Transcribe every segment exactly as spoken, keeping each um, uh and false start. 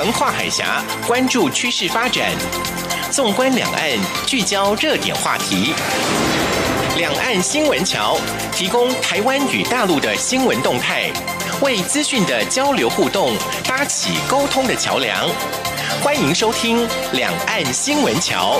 横跨海峡，关注趋势发展。纵观两岸，聚焦热点话题。两岸新闻桥提供台湾与大陆的新闻动态，为资讯的交流互动搭起沟通的桥梁。欢迎收听《两岸新闻桥》。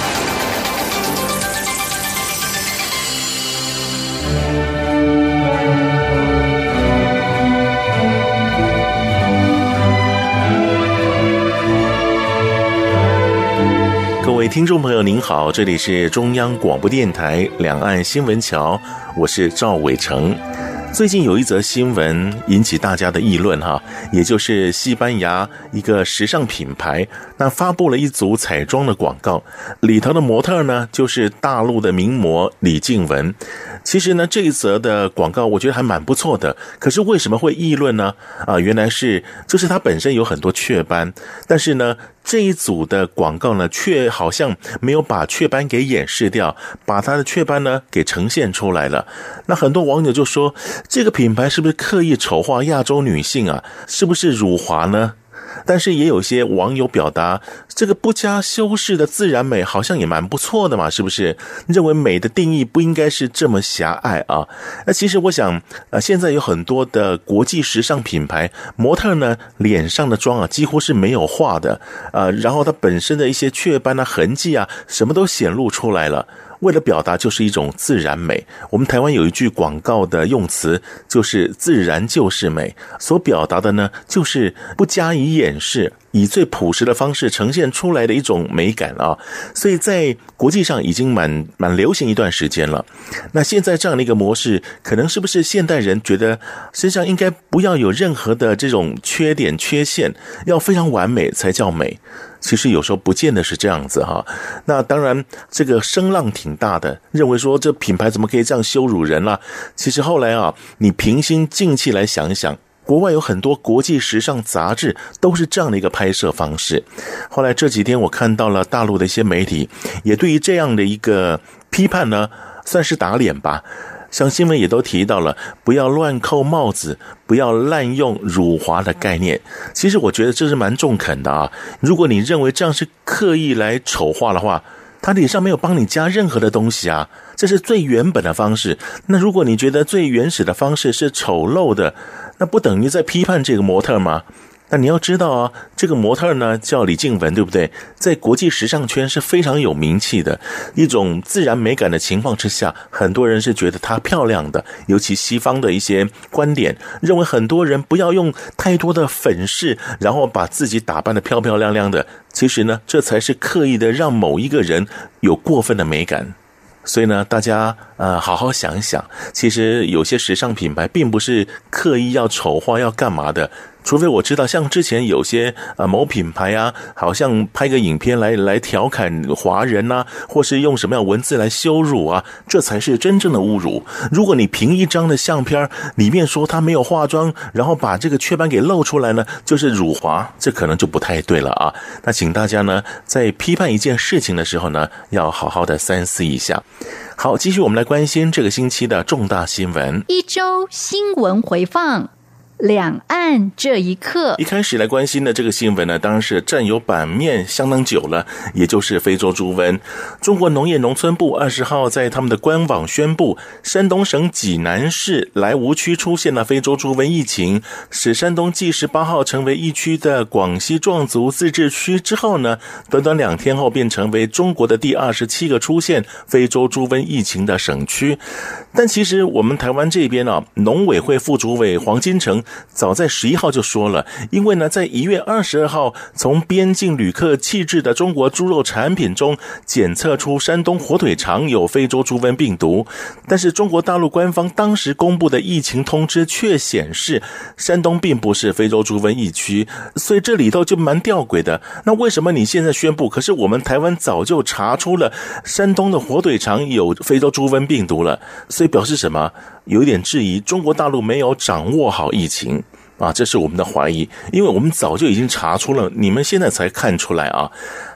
各位听众朋友您好，这里是中央广播电台两岸新闻桥，我是赵伟成。最近有一则新闻引起大家的议论哈，也就是西班牙一个时尚品牌，那发布了一组彩妆的广告，里头的模特呢就是大陆的名模李静雯。其实呢，这一则的广告我觉得还蛮不错的，可是为什么会议论呢？啊，原来是就是它本身有很多雀斑，但是呢这一组的广告呢却好像没有把雀斑给掩饰掉，把它的雀斑呢给呈现出来了。那很多网友就说，这个品牌是不是刻意丑化亚洲女性啊？是不是辱华呢？但是也有些网友表达，这个不加修饰的自然美好像也蛮不错的嘛，是不是？认为美的定义不应该是这么狭隘啊。那其实我想呃，现在有很多的国际时尚品牌模特呢，脸上的妆啊几乎是没有画的，呃，然后它本身的一些雀斑啊痕迹啊什么都显露出来了。为了表达就是一种自然美，我们台湾有一句广告的用词就是自然就是美，所表达的呢就是不加以掩饰，以最朴实的方式呈现出来的一种美感啊，所以在国际上已经蛮蛮流行一段时间了。那现在这样的一个模式，可能是不是现代人觉得身上应该不要有任何的这种缺点缺陷，要非常完美才叫美？其实有时候不见得是这样子哈。那当然这个声浪挺大的，认为说这品牌怎么可以这样羞辱人啦？其实后来啊，你平心静气来想一想，国外有很多国际时尚杂志都是这样的一个拍摄方式。后来这几天我看到了大陆的一些媒体也对于这样的一个批判呢，算是打脸吧。像新闻也都提到了，不要乱扣帽子，不要滥用辱华的概念。其实我觉得这是蛮中肯的啊。如果你认为这样是刻意来丑化的话，它脸上没有帮你加任何的东西啊，这是最原本的方式。那如果你觉得最原始的方式是丑陋的，那不等于在批判这个模特吗？那你要知道啊，这个模特呢叫李静雯，对不对？在国际时尚圈是非常有名气的，一种自然美感的情况之下，很多人是觉得她漂亮的。尤其西方的一些观点认为，很多人不要用太多的粉饰，然后把自己打扮得漂漂亮亮的，其实呢这才是刻意的让某一个人有过分的美感。所以呢，大家呃好好想一想，其实有些时尚品牌并不是刻意要丑化要干嘛的。除非我知道，像之前有些呃某品牌啊，好像拍个影片来来调侃华人啊，或是用什么样文字来羞辱啊，这才是真正的侮辱。如果你凭一张的相片里面说他没有化妆，然后把这个雀斑给露出来呢，就是辱华，这可能就不太对了啊。那请大家呢，在批判一件事情的时候呢，要好好的三思一下。好，继续我们来关心这个星期的重大新闻。 一周新闻回放。两岸这一刻， 一开始来关心的这个新闻呢，当然是占有版面相当久了，也就是非洲猪瘟。中国农业农村部二十号在他们的官网宣布，山东省济南市莱芜区出现了非洲猪瘟疫情，使山东继十八号成为疫区的广西壮族自治区之后呢，短短两天后便成为中国的第二十七个出现非洲猪瘟疫情的省区。但其实我们台湾这边啊，农委会副主委黄金城早在十一号就说了，因为呢，在一月二十二号从边境旅客弃置的中国猪肉产品中检测出山东火腿肠有非洲猪瘟病毒，但是中国大陆官方当时公布的疫情通知却显示山东并不是非洲猪瘟疫区，所以这里头就蛮吊诡的。那为什么你现在宣布，可是我们台湾早就查出了山东的火腿肠有非洲猪瘟病毒了？所以表示什么？有一点质疑中国大陆没有掌握好疫情啊，这是我们的怀疑，因为我们早就已经查出了，你们现在才看出来啊。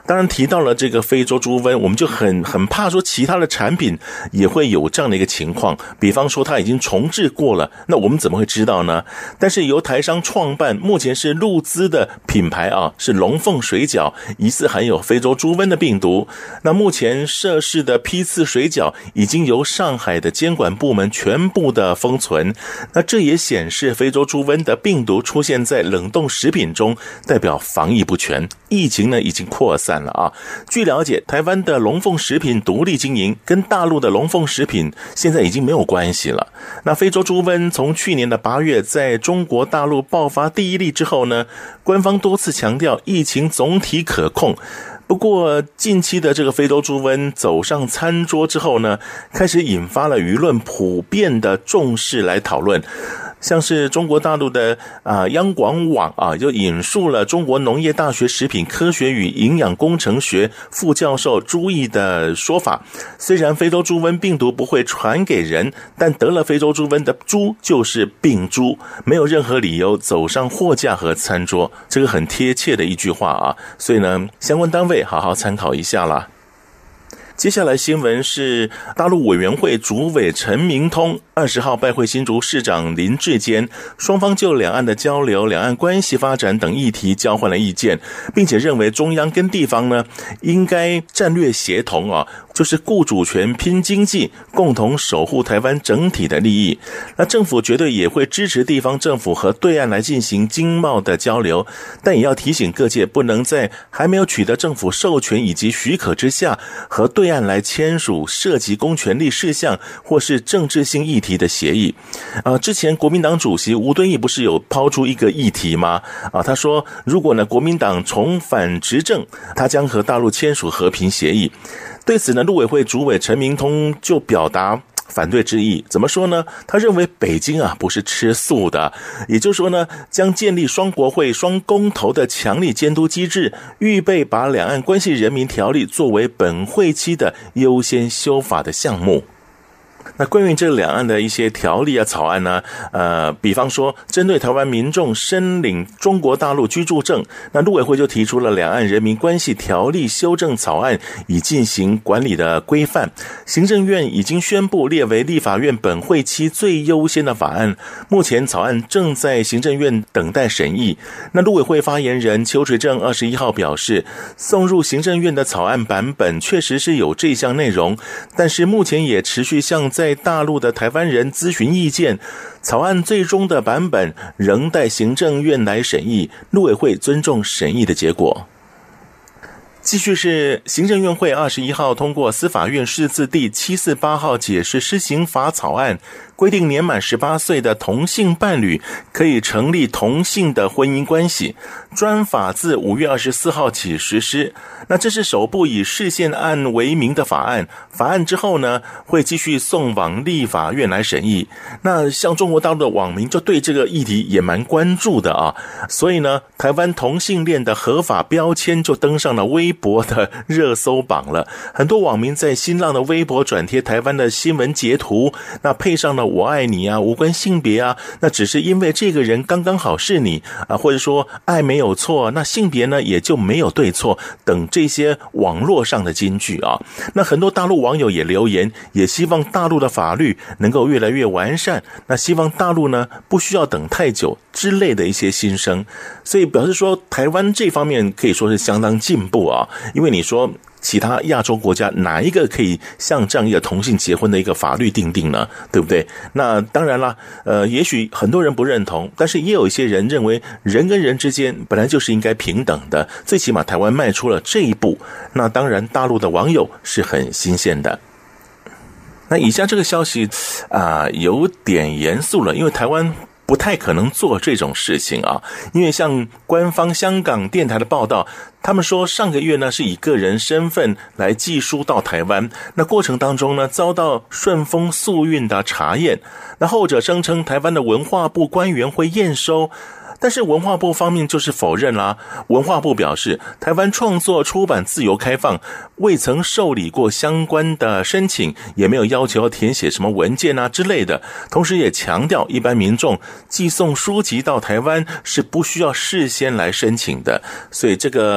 当然提到了这个非洲猪瘟，我们就很很怕说其他的产品也会有这样的一个情况，比方说它已经重置过了，那我们怎么会知道呢？但是由台商创办，目前是陆资的品牌啊，是龙凤水饺，疑似含有非洲猪瘟的病毒。那目前涉事的批次水饺已经由上海的监管部门全部的封存，那这也显示非洲猪瘟的病毒出现在冷冻食品中，代表防疫不全，疫情呢已经扩散了啊。据了解，台湾的龙凤食品独立经营，跟大陆的龙凤食品现在已经没有关系了。那非洲猪瘟从去年的八月在中国大陆爆发第一例之后呢，官方多次强调疫情总体可控。不过近期的这个非洲猪瘟走上餐桌之后呢，开始引发了舆论普遍的重视来讨论。像是中国大陆的啊央广网啊，就引述了中国农业大学食品科学与营养工程学副教授朱毅的说法，虽然非洲猪瘟病毒不会传给人，但得了非洲猪瘟的猪就是病猪，没有任何理由走上货架和餐桌，这个很贴切的一句话啊，所以呢，相关单位好好参考一下啦。接下来新闻是大陆委员会主委陈明通二十号拜会新竹市长林志坚，双方就两岸的交流、两岸关系发展等议题交换了意见，并且认为中央跟地方呢应该战略协同啊，就是顾主权、拼经济，共同守护台湾整体的利益。那政府绝对也会支持地方政府和对岸来进行经贸的交流，但也要提醒各界不能在还没有取得政府授权以及许可之下，和对岸来签署涉及公权力事项或是政治性议题的协议。啊，之前国民党主席吴敦义不是有抛出一个议题吗？啊，他说如果呢国民党重返执政，他将和大陆签署和平协议。对此呢，陆委会主委陈明通就表达反对之意。怎么说呢？他认为北京啊不是吃素的，也就是说呢，将建立双国会、双公投的强力监督机制，预备把两岸关系人民条例作为本会期的优先修法的项目。那关于这两岸的一些条例啊草案呢，呃，比方说针对台湾民众申领中国大陆居住证，那陆委会就提出了两岸人民关系条例修正草案，以进行管理的规范。行政院已经宣布列为立法院本会期最优先的法案，目前草案正在行政院等待审议。那陆委会发言人邱垂正二十一号表示，送入行政院的草案版本确实是有这项内容，但是目前也持续向在大陆的台湾人咨询意见，草案最终的版本仍待行政院来审议，陆委会尊重审议的结果。继续是行政院会二十一号通过司法院释字第七四八号解释施行法草案，规定年满十八岁的同性伴侣可以成立同性的婚姻关系，专法自五月二十四号起实施。那这是首部以释宪案为名的法案，法案之后呢，会继续送往立法院来审议。那像中国大陆的网民就对这个议题也蛮关注的啊，所以呢，台湾同性恋的合法标签就登上了微博的热搜榜了。很多网民在新浪的微博转贴台湾的新闻截图，那配上了我爱你啊，无关性别啊，那只是因为这个人刚刚好是你啊，或者说爱没有错，那性别呢也就没有对错等这些网络上的金句啊。那很多大陆网友也留言，也希望大陆的法律能够越来越完善，那希望大陆呢不需要等太久之类的一些心声。所以表示说台湾这方面可以说是相当进步啊，因为你说其他亚洲国家哪一个可以像这样一个同性结婚的一个法律定定呢？对不对？那当然啦，呃，也许很多人不认同，但是也有一些人认为人跟人之间本来就是应该平等的，最起码台湾迈出了这一步。那当然大陆的网友是很新鲜的。那以下这个消息啊、呃，有点严肃了，因为台湾不太可能做这种事情啊，因为像官方香港电台的报道，他们说上个月呢是以个人身份来寄书到台湾，那过程当中呢遭到顺丰速运的查验，那后者声称台湾的文化部官员会验收，但是文化部方面就是否认啦。文化部表示，台湾创作出版自由开放，未曾受理过相关的申请，也没有要求要填写什么文件啊之类的。同时也强调，一般民众寄送书籍到台湾是不需要事先来申请的。所以这个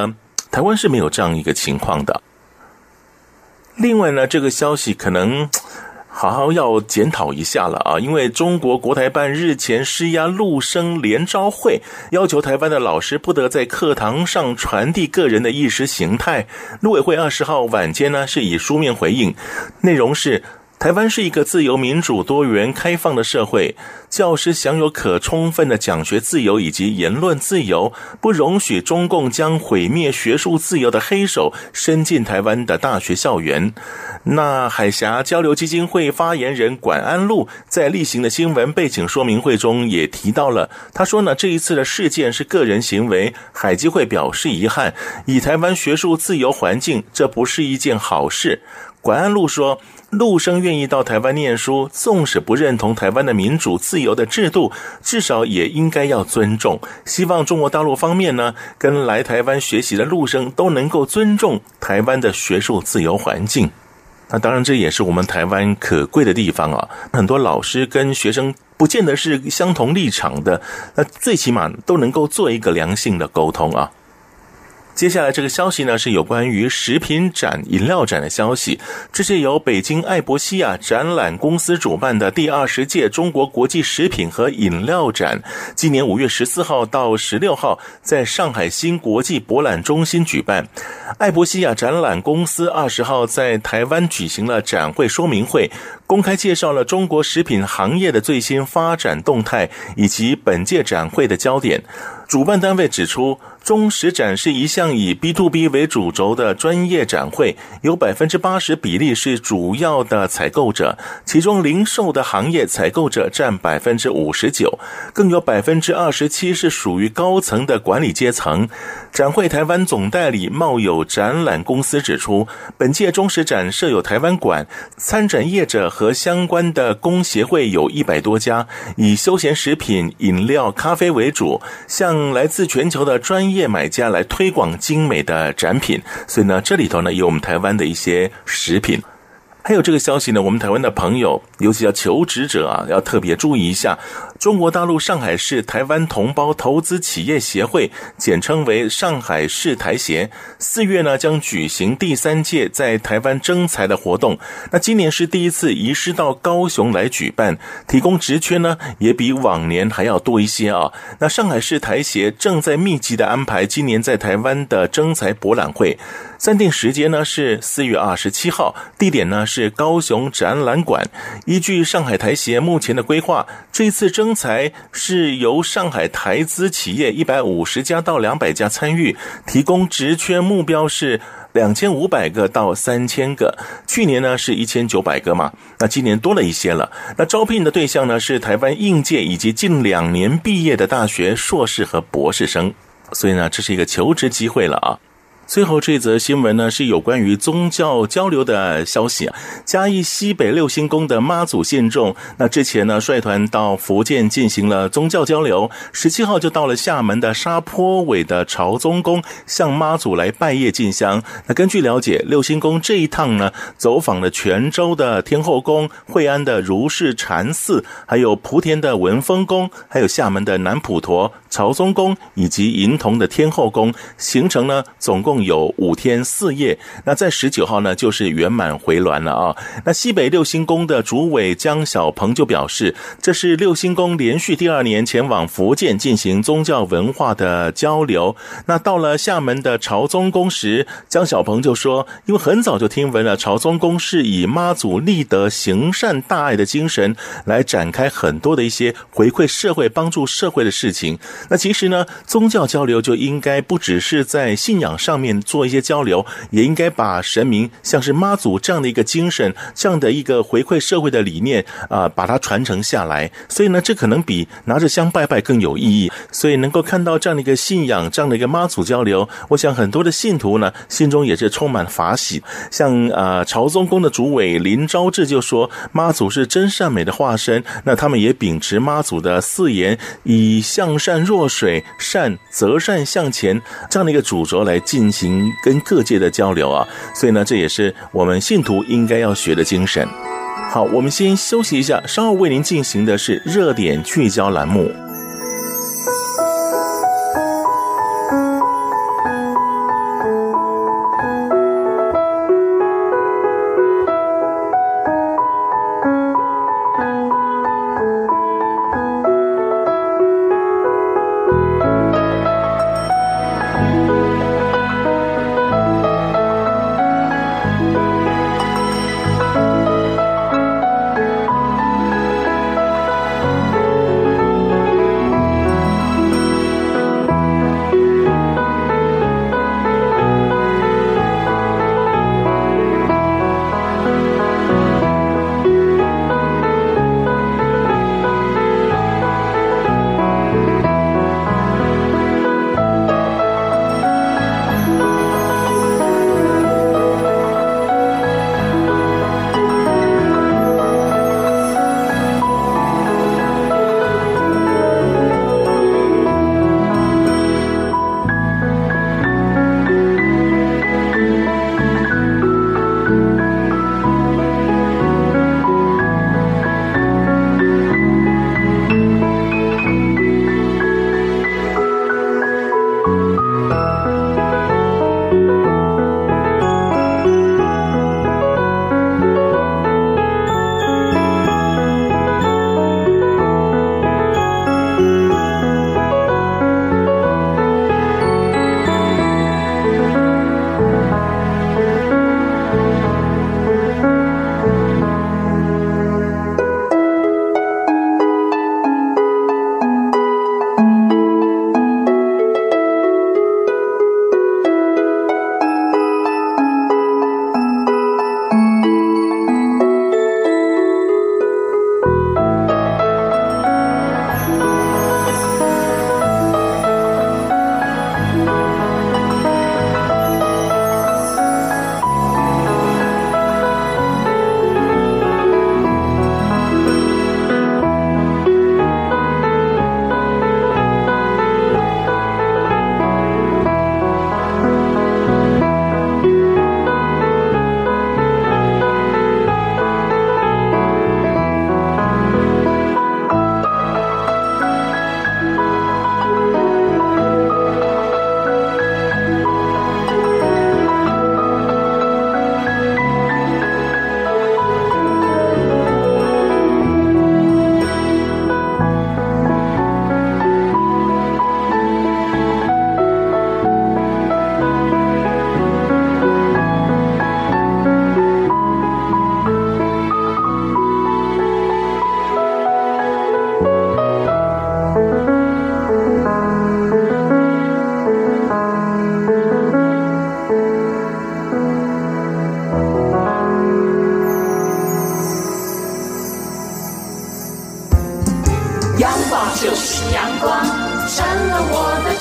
台湾是没有这样一个情况的。另外呢，这个消息可能好好要检讨一下了啊！因为中国国台办日前施压陆生联招会，要求台湾的老师不得在课堂上传递个人的意识形态。陆委会二十号晚间呢，是以书面回应，内容是：台湾是一个自由、民主、多元、开放的社会，教师享有可充分的讲学自由以及言论自由，不容许中共将毁灭学术自由的黑手伸进台湾的大学校园。那海峡交流基金会发言人管安禄在例行的新闻背景说明会中也提到了，他说呢，这一次的事件是个人行为，海基会表示遗憾，以台湾学术自由环境，这不是一件好事。管安禄说，陆生愿意到台湾念书，纵使不认同台湾的民主自由的制度，至少也应该要尊重。希望中国大陆方面呢，跟来台湾学习的陆生都能够尊重台湾的学术自由环境。那当然这也是我们台湾可贵的地方啊，很多老师跟学生不见得是相同立场的，那最起码都能够做一个良性的沟通啊。接下来这个消息呢，是有关于食品展、饮料展的消息。这是由北京艾博西亚展览公司主办的第二十届中国国际食品和饮料展，今年五月十四号到十六号在上海新国际博览中心举办。艾博西亚展览公司二十号在台湾举行了展会说明会，公开介绍了中国食品行业的最新发展动态以及本届展会的焦点。主办单位指出，中食展是一项以 B to B 为主轴的专业展会，有 百分之八十 比例是主要的采购者，其中零售的行业采购者占 百分之五十九， 更有 百分之二十七 是属于高层的管理阶层。展会台湾总代理茂友展览公司指出，本届中食展设有台湾馆，参展业者和相关的工协会有一百多家，以休闲食品、饮料、咖啡为主，向来自全球的专业买家来推广精美的展品。所以呢，这里头呢有我们台湾的一些食品。还有这个消息呢，我们台湾的朋友，尤其要求职者啊，要特别注意一下。中国大陆上海市台湾同胞投资企业协会，简称为上海市台协，四月呢将举行第三届在台湾征才的活动。那今年是第一次移师到高雄来举办，提供职缺呢也比往年还要多一些啊。那上海市台协正在密集的安排今年在台湾的征才博览会，暂定时间呢是四月二十七号，地点呢是高雄展览馆。依据上海台协目前的规划，这次征才是由上海台资企业一百五十家到两百家参与，提供职缺目标是两千五百个到三千个，去年呢是一千九百个嘛，那今年多了一些了。那招聘的对象呢是台湾应届以及近两年毕业的大学硕士和博士生，所以呢这是一个求职机会了啊。最后这则新闻呢是有关于宗教交流的消息啊。嘉义西北六星宫的妈祖信众，那之前呢率团到福建进行了宗教交流，十七号就到了厦门的沙坡尾的朝宗宫向妈祖来拜谒进香。那根据了解，六星宫这一趟呢走访了泉州的天后宫、惠安的如是禅寺，还有莆田的文峰宫，还有厦门的南普陀、朝宗宫以及银铜的天后宫，行程呢总共有五天四夜。那在十九号呢就是圆满回銮了啊。那西北六星宫的主委江小鹏就表示，这是六星宫连续第二年前往福建进行宗教文化的交流。那到了厦门的朝宗宫时，江小鹏就说，因为很早就听闻了朝宗宫是以妈祖立德行善大爱的精神来展开很多的一些回馈社会、帮助社会的事情。那其实呢，宗教交流就应该不只是在信仰上面做一些交流，也应该把神明像是妈祖这样的一个精神，这样的一个回馈社会的理念啊、呃，把它传承下来。所以呢，这可能比拿着香拜拜更有意义。所以能够看到这样的一个信仰，这样的一个妈祖交流，我想很多的信徒呢心中也是充满法喜。像呃朝宗宫的主委林昭志就说，妈祖是真善美的化身，那他们也秉持妈祖的四言，以向善若水，善择善向前这样的一个主轴来进行跟各界的交流啊。所以呢，这也是我们信徒应该要学的精神。好，我们先休息一下，稍后为您进行的是热点聚焦栏目。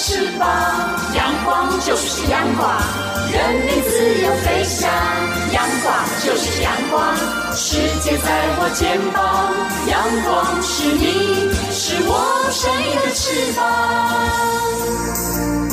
翅膀，阳光就是阳光，人民自由飞翔。阳光就是阳光，世界在我肩膀，阳光是你，是我生命的翅膀。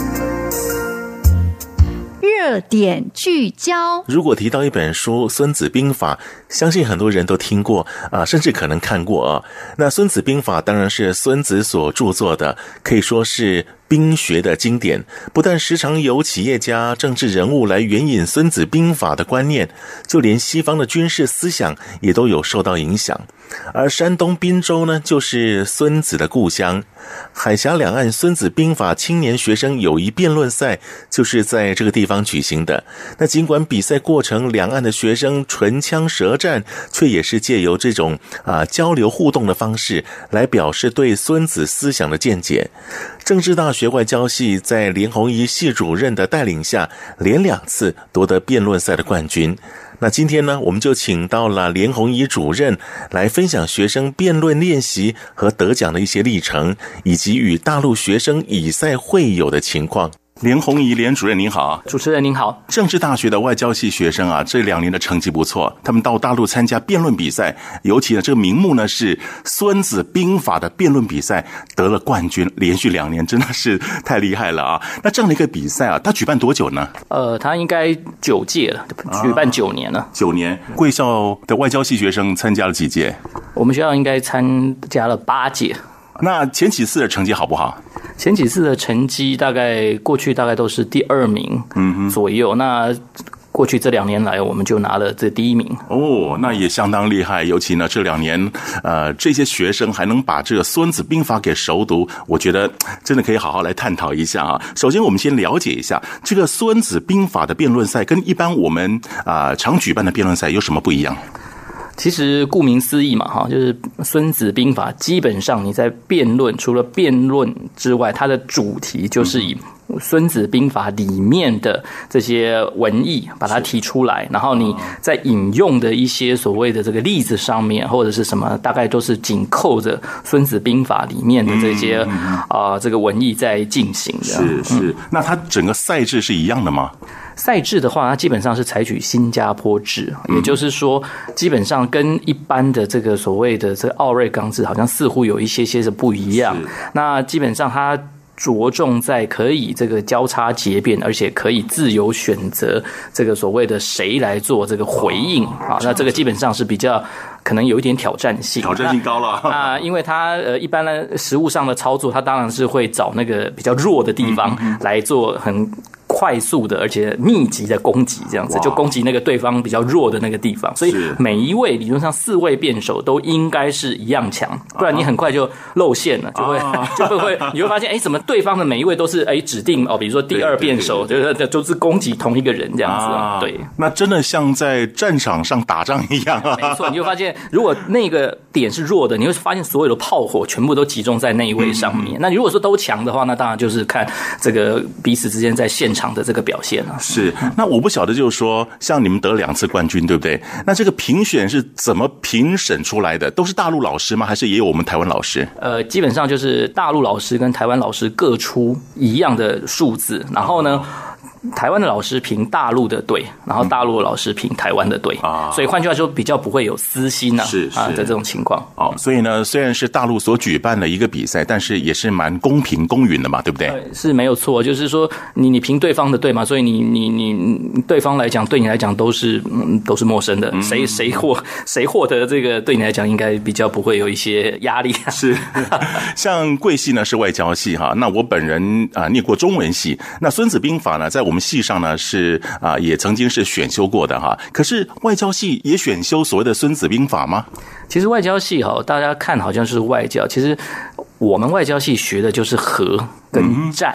热点聚焦。 如果提到一本书《孙子兵法》，相信很多人都听过啊，甚至可能看过啊。那《孙子兵法》当然是孙子所著作的，可以说是兵学的经典，不但时常有企业家、政治人物来援引《孙子兵法》的观念，就连西方的军事思想也都有受到影响。而山东滨州呢，就是孙子的故乡。海峡两岸孙子兵法青年学生友谊辩论赛就是在这个地方举行的。那尽管比赛过程两岸的学生唇枪舌战，却也是借由这种啊交流互动的方式来表示对孙子思想的见解。政治大学外交系在连宏仪系主任的带领下，连两次夺得辩论赛的冠军。那今天呢，我们就请到了连宏仪主任来分享学生辩论练习和得奖的一些历程，以及与大陆学生以赛会友的情况。连宏仪连主任您好。 主持人您好。 政治大学的外交系学生啊，这两年的成绩不错，他们到大陆参加辩论比赛，尤其呢这个名目呢是孙子兵法的辩论比赛，得了冠军，连续两年真的是太厉害了啊。那这样的一个比赛啊，它举办多久呢？ 呃，它应该九届了，举办九年了。啊、 九年。贵校的外交系学生参加了几届？我们学校应该参加了八届。 那前几次的成绩好不好？ 前几次的成绩大概过去大概都是第二名左右，嗯、那过去这两年来我们就拿了这第一名。 哦，那也相当厉害。尤其呢这两年呃这些学生还能把这个孙子兵法给熟读，我觉得真的可以好好来探讨一下啊。首先我们先了解一下这个孙子兵法的辩论赛跟一般我们啊、呃、常举办的辩论赛有什么不一样？ 其实顾名思义嘛，哈，就是孙子兵法基本上你在辩论，除了辩论之外，它的主题就是以孙子兵法里面的这些文义把它提出来，然后你在引用的一些所谓的这个例子上面或者是什么，大概都是紧扣着孙子兵法里面的这些啊、呃、这个文义在进行的。 是是、嗯，那它整个赛制是一样的吗？ 赛制的话，它基本上是采取新加坡制，也就是说，基本上跟一般的这个所谓的这个奥瑞冈制好像似乎有一些些是不一样。那基本上它着重在可以这个交叉结辩，而且可以自由选择这个所谓的谁来做这个回应啊。那这个基本上是比较可能有一点挑战性， 挑战性高了啊，因为它呃一般呢实务上的操作，它当然是会找那个比较弱的地方来做很快速的而且密集的攻击，这样子就攻击那个对方比较弱的那个地方，所以每一位理论上四位辩手都应该是一样强，不然你很快就露馅了，就会就会你会发现，哎，怎么对方的每一位都是哎指定哦，比如说第二辩手就是就是攻击同一个人这样子啊，对， 那真的像在战场上打仗一样啊， 没错，你就发现如果那个点是弱的，你会发现所有的炮火全部都集中在那一位上面。嗯、那如果说都强的话，那当然就是看这个彼此之间在现场的这个表现啊。 是，那我不晓得，就是说，像你们得两次冠军，对不对？那这个评选是怎么评审出来的？都是大陆老师吗？还是也有我们台湾老师？ 呃，基本上就是大陆老师跟台湾老师各出一样的数字，然后呢，台湾的老师评大陆的队，然后大陆的老师评台湾的队、嗯、所以换句话说比较不会有私心啊， 是是啊的这种情况。 哦，所以呢，虽然是大陆所举办的一个比赛，但是也是蛮公平公允的嘛，对不对？ 呃、是没有错，就是说你你评对方的队嘛，所以你你你对方来讲，对你来讲都是嗯都是陌生的，嗯、谁谁获谁获得这个，对你来讲应该比较不会有一些压力、啊。 是，像贵系呢是外交系哈，那我本人啊、呃、念过中文系，那孙子兵法呢在我们系上呢是啊、呃、也曾经是选修过的哈，可是外交系也选修所谓的孙子兵法吗？ 其实外交系哈，大家看好像是外交，其实我们外交系学的就是和跟战、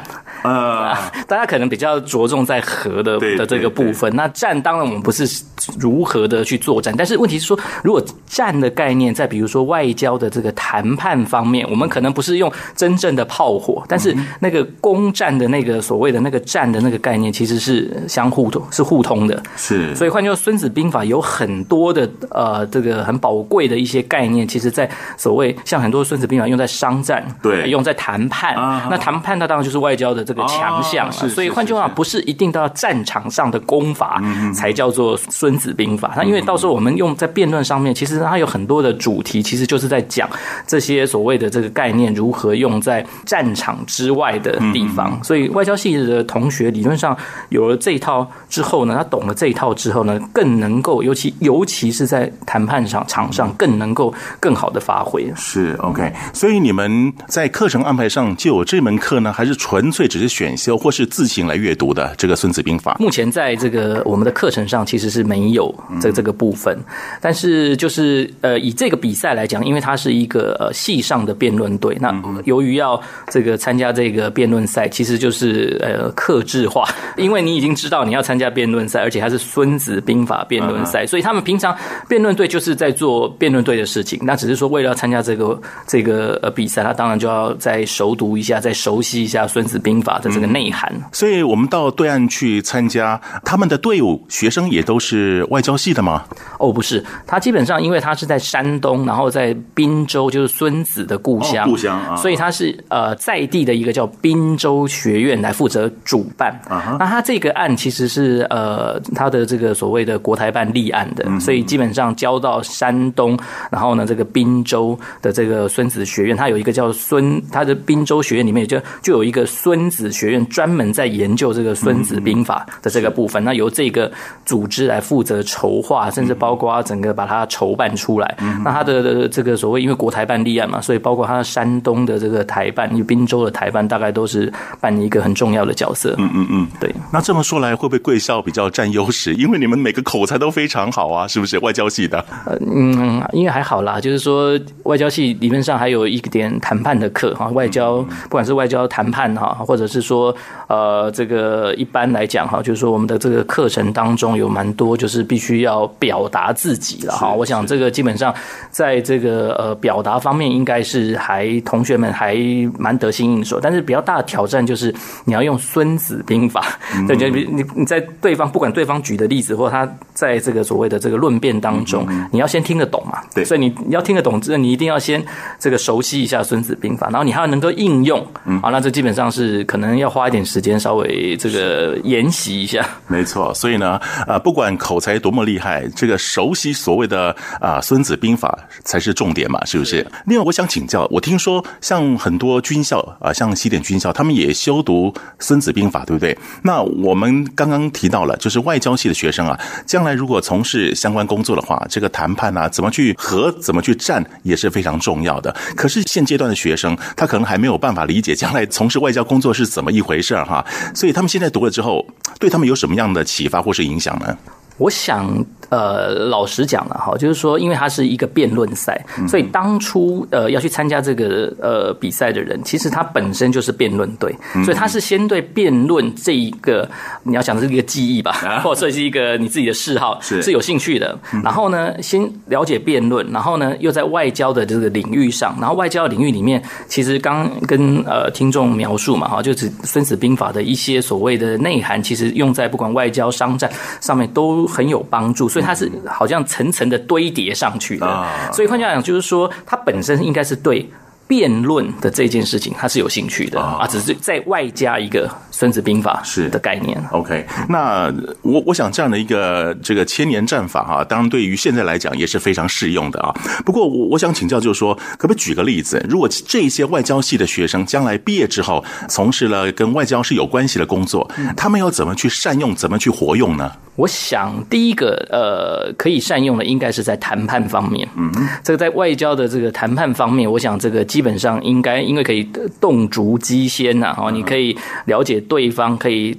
啊、呃，大家可能比较着重在和的的这个部分。那战当然我们不是如何的去作战，但是问题是说，如果战的概念在比如说外交的这个谈判方面，我们可能不是用真正的炮火，但是那个攻战的那个所谓的那个战的那个概念，其实是相互通是互通的。 是， 所以换句话说，《孙子兵法》有很多的呃这个很宝贵的一些概念，其实在所谓像很多《孙子兵法》用在商战， 对， 用在谈判。啊、那谈判它当然就是外交的这个强项、啊哦、所以换句话不是一定到战场上的攻法才叫做《孙子兵法》。那因为到时候我们用在辩论上面，其实它有很多的主题，其实就是在讲这些所谓的这个概念如何用在战场之外的地方。所以外交系的同学理论上有了这一套之后呢，他懂了这一套之后呢，更能够尤其尤其是在谈判场场上更能够更好的发挥。 是 OK， 所以你们在课程安排上就有这门课呢，还是纯粹只是选修或是自行来阅读的这个《孙子兵法》？ 目前在这个我们的课程上其实是没有这这个部分，但是就是呃以这个比赛来讲，因为它是一个呃系上的辩论队，那由于要这个参加这个辩论赛，其实就是呃客制化，因为你已经知道你要参加辩论赛，而且它是《孙子兵法》辩论赛，所以他们平常辩论队就是在做辩论队的事情，那只是说为了要参加这个这个呃比赛，他当然就要再熟读一下，再熟悉一下《孙子兵法》的这个内涵。嗯、 所以我们到对岸去参加，他们的队伍学生也都是外交系的吗？ 哦，不是，他基本上因为他是在山东，然后在滨州，就是孙子的故乡， 哦、故乡啊， 所以他是呃在地的一个叫滨州学院来负责主办。啊、那他这个案其实是呃他的这个所谓的国台办立案的，嗯、所以基本上交到山东，然后呢这个滨州的这个孙子学院，他有一个叫孙，他的滨州学院里面就就有一个孙子学院，专门在研究这个孙子兵法的这个部分。嗯、那由这个组织来负责筹划，甚至包括整个把它筹办出来。嗯、那他的这个所谓因为国台办立案嘛，所以包括他的山东的这个台办，因为滨州的台办大概都是扮演一个很重要的角色。 嗯嗯嗯， 对。 那这么说来，会不会贵校比较占优势？因为你们每个口才都非常好啊，是不是？外交系的。 呃嗯，因为还好啦，就是说外交系理论上还有一点谈判的课哈，外交不管是外交谈判哈，或者是说呃这个一般来讲哈，就是说我们的这个课程当中有蛮多就是必须要表达自己了哈。我想这个基本上在这个呃表达方面应该是还同学们还蛮得心应手，但是比较大的挑战就是你要用孙子兵法，对，就你你在对方不管对方举的例子或他在这个所谓的这个论辩当中，你要先听得懂嘛，对，所以你要听得懂，你一定要先这个熟悉一下孙子兵法，然后你还要能够应用，嗯，啊，那这基本上是可能要花一点时间稍微这个研习一下。 没错，所以呢，呃，不管口才多么厉害，这个熟悉所谓的啊、呃、孙子兵法才是重点嘛，是不是？另外，我想请教，我听说像很多军校啊、呃，像西点军校，他们也修读孙子兵法，对不对？那我们刚刚提到了，就是外交系的学生啊，将来如果从事相关工作的话，这个谈判啊，怎么去和，怎么去战，也是非常重要的。可是现阶段的学生，他可能还没有办法理解将来从事外交工作是怎么一回事哈，所以他们现在读了之后，对他们有什么样的启发或是影响呢？ 我想，呃，老实讲了哈，就是说，因为它是一个辩论赛，所以当初呃要去参加这个呃比赛的人，其实他本身就是辩论队，所以他是先对辩论这一个你要讲的是一个技艺吧，或者是一个你自己的嗜好是是有兴趣的。然后呢，先了解辩论，然后呢又在外交的这个领域上，然后外交领域里面，其实刚跟呃听众描述嘛哈，就是《孙子兵法》的一些所谓的内涵，其实用在不管外交、商战上面都很有帮助，所以它是好像层层的堆叠上去的。所以换句话讲，就是说它本身应该是对辩论的这件事情它是有兴趣的啊，只是再外加一个孙子兵法的概念。 OK， 那我我想这样的一个这个千年战法哈、啊，当然对于现在来讲也是非常适用的啊。不过我我想请教，就是说，可不可以举个例子？如果这些外交系的学生将来毕业之后，从事了跟外交是有关系的工作，他们要怎么去善用，怎么去活用呢？ 我想第一个呃可以善用的应该是在谈判方面。嗯，这个在外交的这个谈判方面，我想这个基本上应该因为可以动竹击先呐、啊，哦，你可以了解对方，可以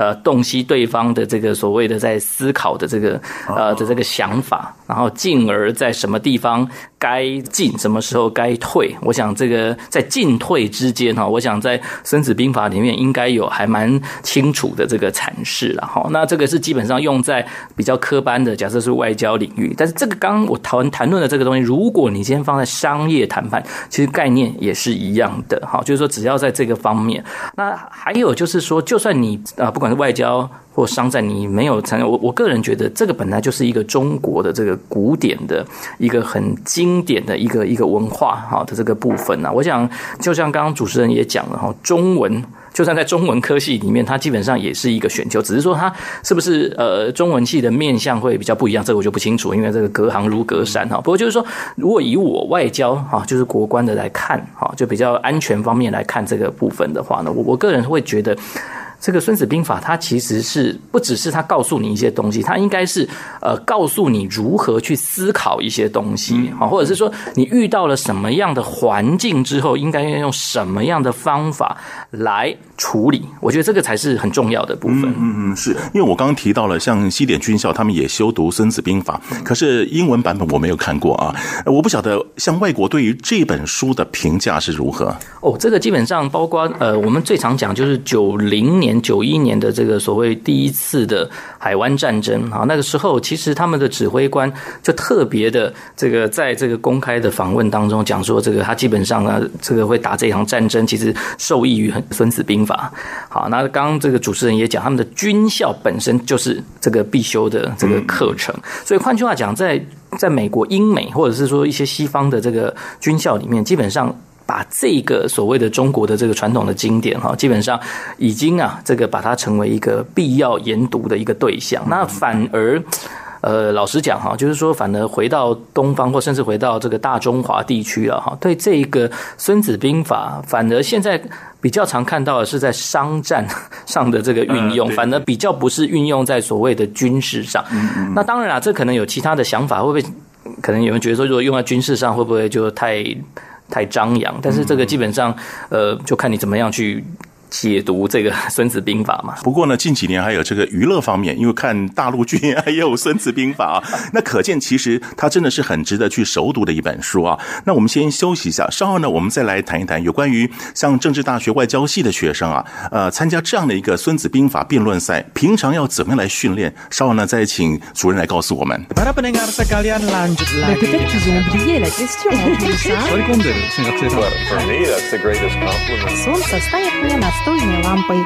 呃洞悉对方的这个所谓的在思考的这个呃的这个想法，然后进而在什么地方该进，什么时候该退。我想这个在进退之间哈，我想在《孙子兵法》里面应该有还蛮清楚的这个阐释了哈。那这个是基本上用在比较科班的，假设是外交领域，但是这个刚刚我谈谈论的这个东西，如果你今天放在商业谈判，其实概念也是一样的哈，就是说只要在这个方面。那还有就是说，就算你啊、呃，不管是外交或商战，你没有参与，我我个人觉得这个本来就是一个中国的这个古典的一个很经典的一个一个文化哈的这个部分啊。我想就像刚刚主持人也讲了哈，中文。就算在中文科系里面，它基本上也是一个选修，只是说它是不是呃中文系的面向会比较不一样，这个我就不清楚，因为这个隔行如隔山哈。不过就是说，如果以我外交哈，就是国关的来看哈，就比较安全方面来看这个部分的话呢，我我个人会觉得。这个《孙子兵法》它其实是不只是它告诉你一些东西，它应该是呃告诉你如何去思考一些东西，或者是说你遇到了什么样的环境之后，应该要用什么样的方法来处理。我觉得这个才是很重要的部分。 嗯嗯，是因为我刚刚提到了，像西点军校他们也修读《孙子兵法》，可是英文版本我没有看过啊，我不晓得像外国对于这本书的评价是如何。 哦，这个基本上包括呃，我们最常讲就是九零年。九一年的这个所谓第一次的海湾战争啊，那个时候其实他们的指挥官就特别的这个在这个公开的访问当中讲说，这个他基本上呢，这个会打这场战争，其实受益于《孙子兵法》。好，那刚刚这个主持人也讲，他们的军校本身就是这个必修的这个课程，所以换句话讲，在在美国、英美或者是说一些西方的这个军校里面，基本上。把这个所谓的中国的这个传统的经典哈，基本上已经啊，这个把它成为一个必要研读的一个对象。那反而，呃，老实讲哈，就是说，反而回到东方或甚至回到这个大中华地区了哈，对这个《孙子兵法》，反而现在比较常看到的是在商战上的这个运用，反而比较不是运用在所谓的军事上。那当然啦，这可能有其他的想法，会不会？可能有人觉得说，如果用在军事上，会不会就太？太张扬，但是这个基本上，呃，就看你怎么样去解读这个《孙子兵法》嘛。 不过呢，近几年还有这个娱乐方面，因为看大陆剧也有《孙子兵法》啊，那可见其实它真的是很值得去熟读的一本书啊。那我们先休息一下，稍后呢，我们再来谈一谈有关于像政治大学外交系的学生啊，呃，参加这样的一个《孙子兵法》辩论赛，平常要怎么样来训练？稍後呢，再請主任來告訴我們。 Para pendengar sekalian lanjut lagi. Peut-être qu'ils ont oublié la question en plus, hein? Sorry komder, sen katse Well, for me, that's the greatest compliment. Солнце стоит мне настольной лампой.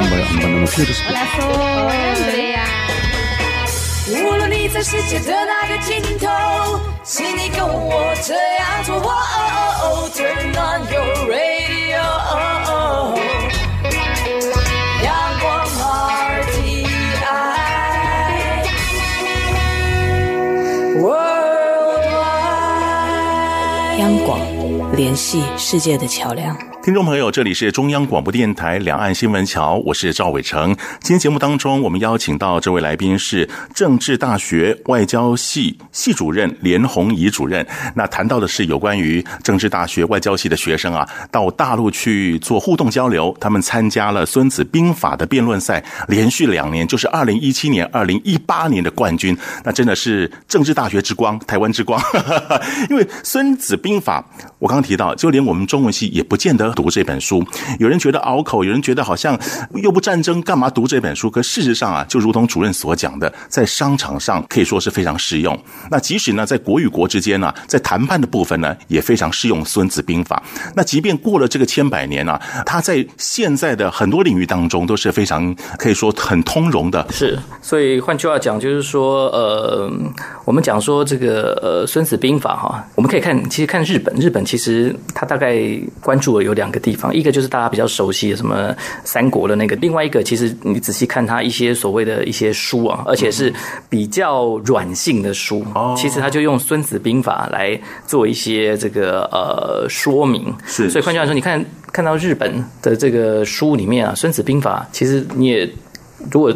Hola, Andrea. 无论你在世界的哪个尽头，请你跟我这样做。Oh, turn on your radio. 阳光 R T I Worldwide。 央广联系世界的桥梁。 听众朋友，这里是中央广播电台两岸新闻桥，我是赵伟成。今天节目当中，我们邀请到这位来宾是政治大学外交系系主任连宏仪主任。那谈到的是有关于政治大学外交系的学生啊，到大陆去做互动交流，他们参加了《孙子兵法》的辩论赛，连续两年，就是二零一七年、二零一八年的冠军。那真的是政治大学之光，台湾之光。因为《孙子兵法》，我刚刚提到，就连我们中文系也不见得读这本书，有人觉得拗口，有人觉得好像又不战争，干嘛读这本书？可事实上啊，就如同主任所讲的，在商场上可以说是非常适用。那即使呢，在国与国之间呢、啊，在谈判的部分呢，也非常适用《孙子兵法》。那即便过了这个千百年啊，它在现在的很多领域当中都是非常可以说很通融的。 是，所以换句话讲，就是说，呃，我们讲说这个呃《孙子兵法》哈，我们可以看，其实看日本，日本其实它大概关注了有两个地方，一个就是大家比较熟悉的什么三国的那个，另外一个其实你仔细看它一些所谓的一些书啊，而且是比较软性的书，哦、其实它就用《孙子兵法》来做一些这个呃说明。是，所以换句话说，你看看到日本的这个书里面啊，《孙子兵法》其实你也。如果你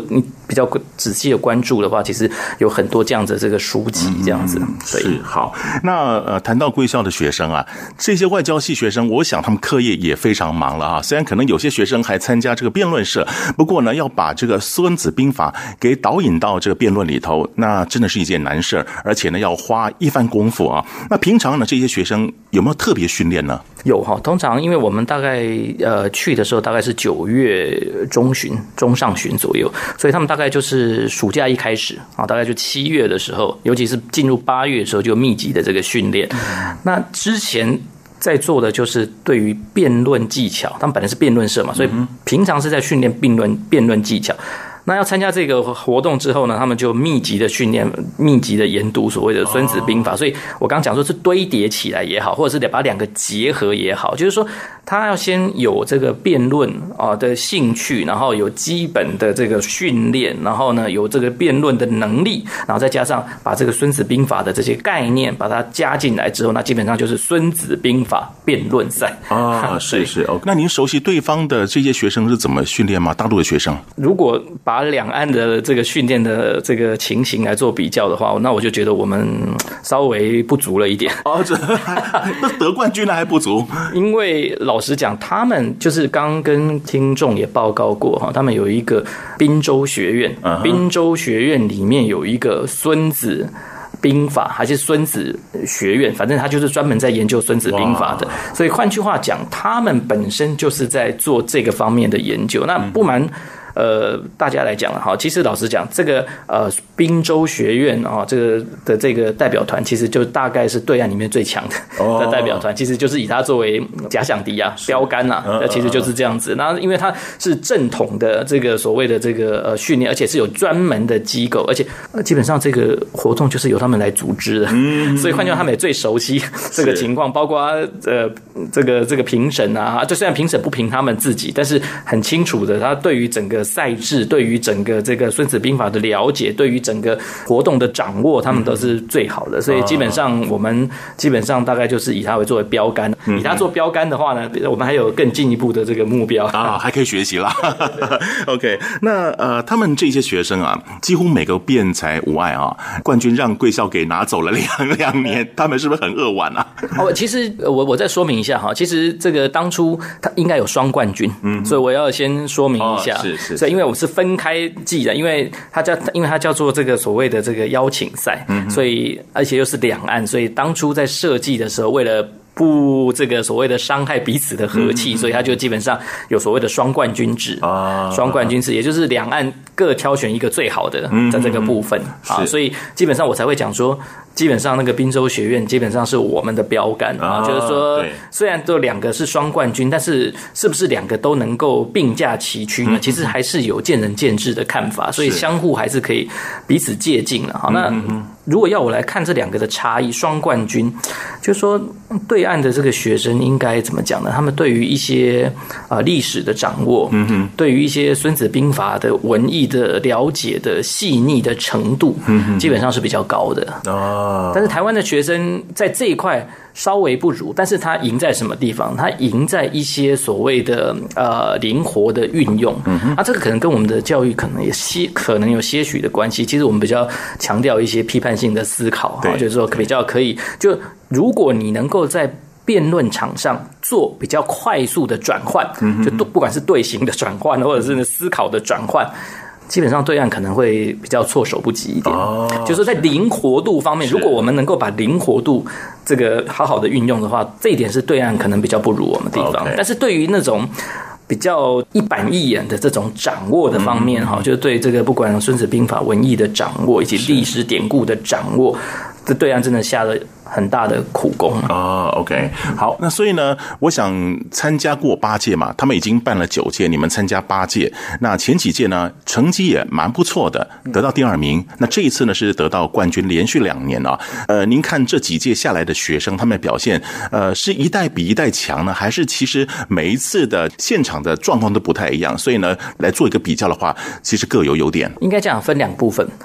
比较仔细的关注的话，其实有很多这样子的这个书籍这样子。 嗯、 对， 是好。那呃，谈到贵校的学生啊，这些外交系学生，我想他们课业也非常忙了啊。虽然可能有些学生还参加这个辩论社，不过呢，要把这个《孙子兵法》给导引到这个辩论里头，那真的是一件难事，而且呢，要花一番功夫啊。那平常呢，这些学生有没有特别训练呢？ 有哈，通常因为我们大概呃去的时候大概是九月中旬、中上旬左右，所以他们大概就是暑假一开始啊，大概就七月的时候，尤其是进入八月的时候就密集的这个训练。那之前在做的就是对于辩论技巧，他们本来是辩论社嘛，所以平常是在训练辩论辩论技巧。那要参加这个活动之后呢，他们就密集的训练，密集的研读所谓的《孙子兵法》。所以我刚刚讲说是堆叠起来也好，或者是得把两个结合也好，就是说他要先有这个辩论啊的兴趣，然后有基本的这个训练，然后呢有这个辩论的能力，然后再加上把这个《孙子兵法》的这些概念把它加进来之后，那基本上就是《孙子兵法》辩论赛啊。是是哦。那您熟悉对方的这些学生是怎么训练吗？大陆的学生， 如果把两岸的这个训练的这个情形来做比较的话，那我就觉得我们稍微不足了一点。 哦，这那得冠军还不足？ 因为老实讲，他们就是刚跟听众也报告过哈，他们有一个滨州学院，滨州学院里面有一个孙子兵法还是孙子学院，反正他就是专门在研究孙子兵法的。所以换句话讲，他们本身就是在做这个方面的研究。那不瞒呃，大家来讲了哈，其实老实讲，这个呃滨州学院啊，这个的这个代表团，其实就大概是对岸里面最强的的代表团，其实就是以他作为假想敌啊、标杆啊，那其实就是这样子。那因为他是正统的这个所谓的这个呃训练，而且是有专门的机构，而且基本上这个活动就是由他们来组织的，所以换句话，他们也最熟悉这个情况，包括呃这个这个评审啊，就虽然评审不评他们自己，但是很清楚的，他对于整个赛制，对于整个这个孙子兵法的了解，对于整个活动的掌握，他们都是最好的。所以基本上我们基本上大概就是以它为作为标杆，以它做标杆的话呢，我们还有更进一步的这个目标啊，还可以学习啦。OK， 那呃，他们这些学生啊，几乎每个辩才无碍啊，冠军让贵校给拿走了两两年，他们是不是很扼腕啊？ 哦，其实我我再说明一下哈，其实这个当初他应该有双冠军，嗯，所以我要先说明一下，哦、是是。所以因为我是分开记的，因为它叫因为它叫做这个所谓的这个邀请赛，嗯，所以而且又是两岸，所以当初在设计的时候，为了不这个所谓的伤害彼此的和气，所以他就基本上有所谓的双冠军制啊，双冠军制，也就是两岸各挑选一个最好的，在这个部分啊，所以基本上我才会讲说，基本上那个滨州学院基本上是我们的标杆啊，就是说虽然都两个是双冠军，但是是不是两个都能够并驾齐驱呢？其实还是有见仁见智的看法，所以相互还是可以彼此借鉴了。好，那如果要我来看这两个的差异，双冠军，就是说对岸的这个学生应该怎么讲呢？他们对于一些啊历史的掌握，嗯哼，对于一些孙子兵法的文艺的了解的细腻的程度，嗯哼，基本上是比较高的哦。但是台湾的学生在这一块稍微不如，但是他赢在什么地方？他赢在一些所谓的呃灵活的运用。嗯哼，啊，这个可能跟我们的教育可能也些可能有些许的关系。其实我们比较强调一些批判性的思考，就是说比较可以，就如果你能够在辩论场上做比较快速的转换，就不管是队形的转换，或者是思考的转换。基本上对岸可能会比较措手不及一点，哦，就是在灵活度方面，如果我们能够把灵活度这个好好的运用的话，这一点是对岸可能比较不如我们的地方。Okay. 但是对于那种比较一板一眼的这种掌握的方面，哈，嗯，就是对这个不管孙子兵法文艺的掌握，以及历史典故的掌握，这对岸真的下了很大的苦功啊。 哦 ，OK， 好，那所以呢，我想参加过八届嘛，他们已经办了九届，你们参加八届，那前几届呢成绩也蛮不错的，得到第二名。那这一次呢是得到冠军，连续两年啊。呃，您看这几届下来的学生，他们的表现，呃，是一代比一代强呢，还是其实每一次的现场的状况都不太一样？所以呢，来做一个比较的话，其实各有优点。 应该这样分两部分。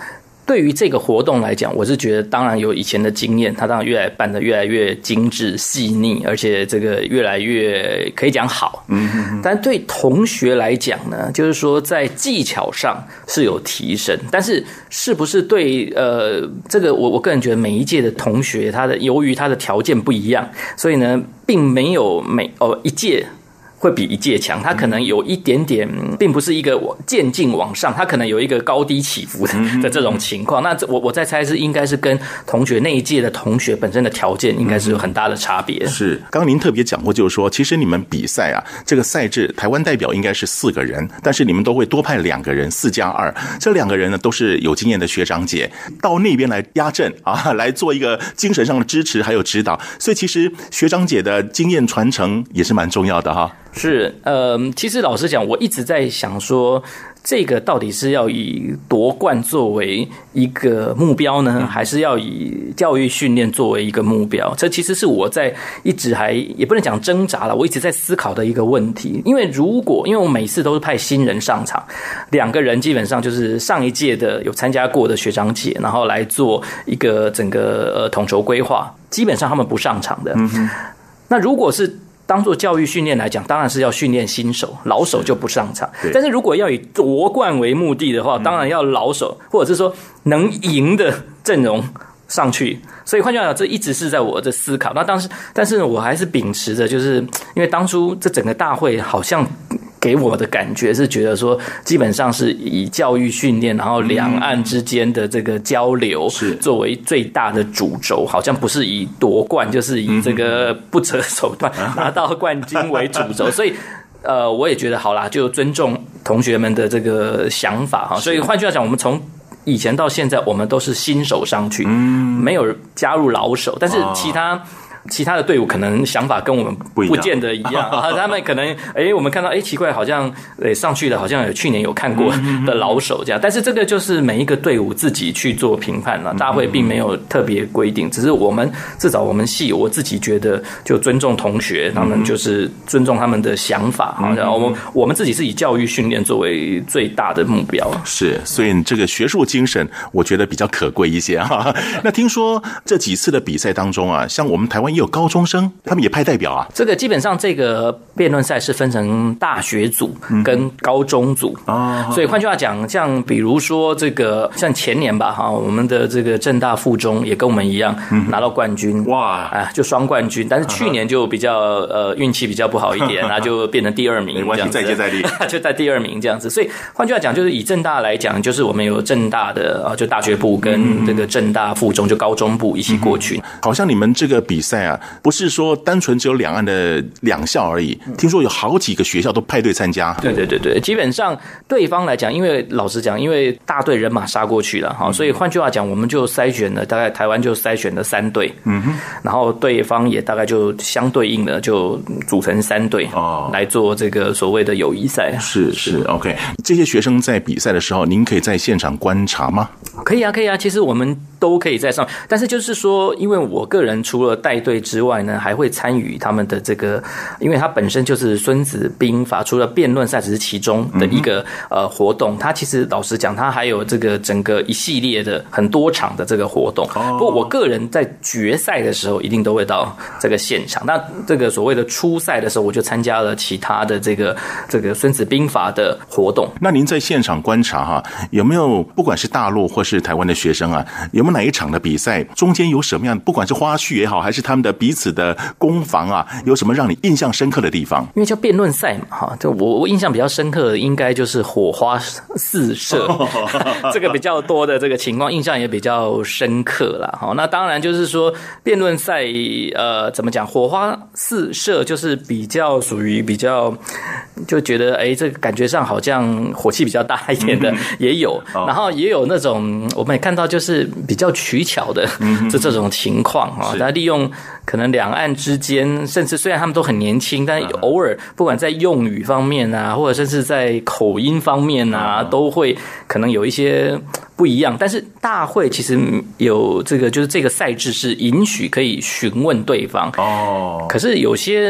对于这个活动来讲，我是觉得当然有以前的经验，它当然越来办得越来越精致细腻，而且这个越来越可以讲好。嗯哼哼，但对同学来讲呢，就是说在技巧上是有提升，但是是不是对呃这个我我个人觉得每一届的同学，他的由于他的条件不一样，所以呢，并没有每哦一届会比一届强，它可能有一点点，并不是一个渐进往上，它可能有一个高低起伏的的这种情况。那我我在猜是应该是跟同学那一届的同学本身的条件应该是有很大的差别。 是，刚刚您特别讲过，就是说，其实你们比赛啊，这个赛制，台湾代表应该是四个人，但是你们都会多派两个人，四加二，这两个人呢都是有经验的学长姐，到那边来压阵啊，来做一个精神上的支持还有指导。所以其实学长姐的经验传承也是蛮重要的哈。 是，呃，其实老实讲，我一直在想说，这个到底是要以夺冠作为一个目标呢，还是要以教育训练作为一个目标？这其实是我在一直还也不能讲挣扎了，我一直在思考的一个问题。因为如果因为我每次都是派新人上场，两个人基本上就是上一届的有参加过的学长姐，然后来做一个整个呃统筹规划，基本上他们不上场的。嗯、那如果是当做教育训练来讲，当然是要训练新手，老手就不上场。但是如果要以夺冠为目的的话，当然要老手，或者是说能赢的阵容上去。所以换句话讲，这一直是在我的思考。那当时，但是我还是秉持着，就是因为当初这整个大会好像给我的感觉是觉得说，基本上是以教育训练，然后两岸之间的这个交流作为最大的主轴，好像不是以夺冠，就是以这个不择手段拿到冠军为主轴。所以呃，我也觉得好啦，就尊重同学们的这个想法哈。所以换句话讲，我们从以前到现在，我们都是新手上去，没有加入老手，但是其他。其他的队伍可能想法跟我们不见得一样，啊、他们可能哎，我们看到哎奇怪，好像哎上去了，好像有去年有看过的老手这样，但是这个就是每一个队伍自己去做评判了，大会并没有特别规定，只是我们至少我们系我自己觉得就尊重同学，他们就是尊重他们的想法，好像我们我们自己是以教育训练作为最大的目标， 是，所以这个学术精神我觉得比较可贵一些哈。那听说这几次的比赛当中啊，像我们台湾也有高中生，他们也派代表啊。 这个基本上这个辩论赛是分成大学组跟高中组，嗯、所以换句话讲，像比如说这个像前年吧，哈，我们的这个政大附中也跟我们一样拿到冠军，哇，啊，就双冠军。但是去年就比较呃运气比较不好一点，那就变成第二名， 没关系，再接再厉， 就在第二名这样子。所以换句话讲，就是以政大来讲，就是我们有政大的啊，就大学部跟这个政大附中就高中部一起过去。 嗯、好像你们这个比赛啊，不是说单纯只有两岸的两校而已，听说有好几个学校都派队参加。 对对对对，基本上对方来讲，因为老实讲，因为大队人马杀过去了哈，所以换句话讲，我们就筛选了大概台湾就筛选了三队，嗯哼，然后对方也大概就相对应的就组成三队哦，来做这个所谓的友谊赛。 是是 ，OK。这些学生在比赛的时候，您可以在现场观察吗？ 可以啊，可以啊。其实我们都可以在上，但是就是说，因为我个人除了带队之外呢，还会参与他们的这个，因为它本身就是《孙子兵法》，除了辩论赛只是其中的一个、嗯、呃活动，它其实老实讲，它还有这个整个一系列的很多场的这个活动。哦、不过我个人在决赛的时候一定都会到这个现场。那这个所谓的初赛的时候，我就参加了其他的这个这个《孙子兵法》的活动。 那您在现场观察哈，有没有不管是大陆或是台湾的学生啊，有没有哪一场的比赛中间有什么样，不管是花絮也好，还是他们的彼此的攻防啊，有什么让你印象深刻的地方？ 因为叫辩论赛嘛，哈，就我我印象比较深刻的应该就是火花四射，这个比较多的这个情况，印象也比较深刻啦。哈，那当然就是说辩论赛，呃，怎么讲？火花四射就是比较属于比较，就觉得哎，这个感觉上好像火气比较大一点的也有，嗯、然后也有那种我们也看到就是比较取巧的这这种情况啊，他利用可能两岸之间，甚至虽然他们都很年轻，但偶尔不管在用语方面啊，或者甚至在口音方面啊，都会可能有一些不一样。但是大会其实有这个，就是这个赛制是允许可以询问对方哦。可是有些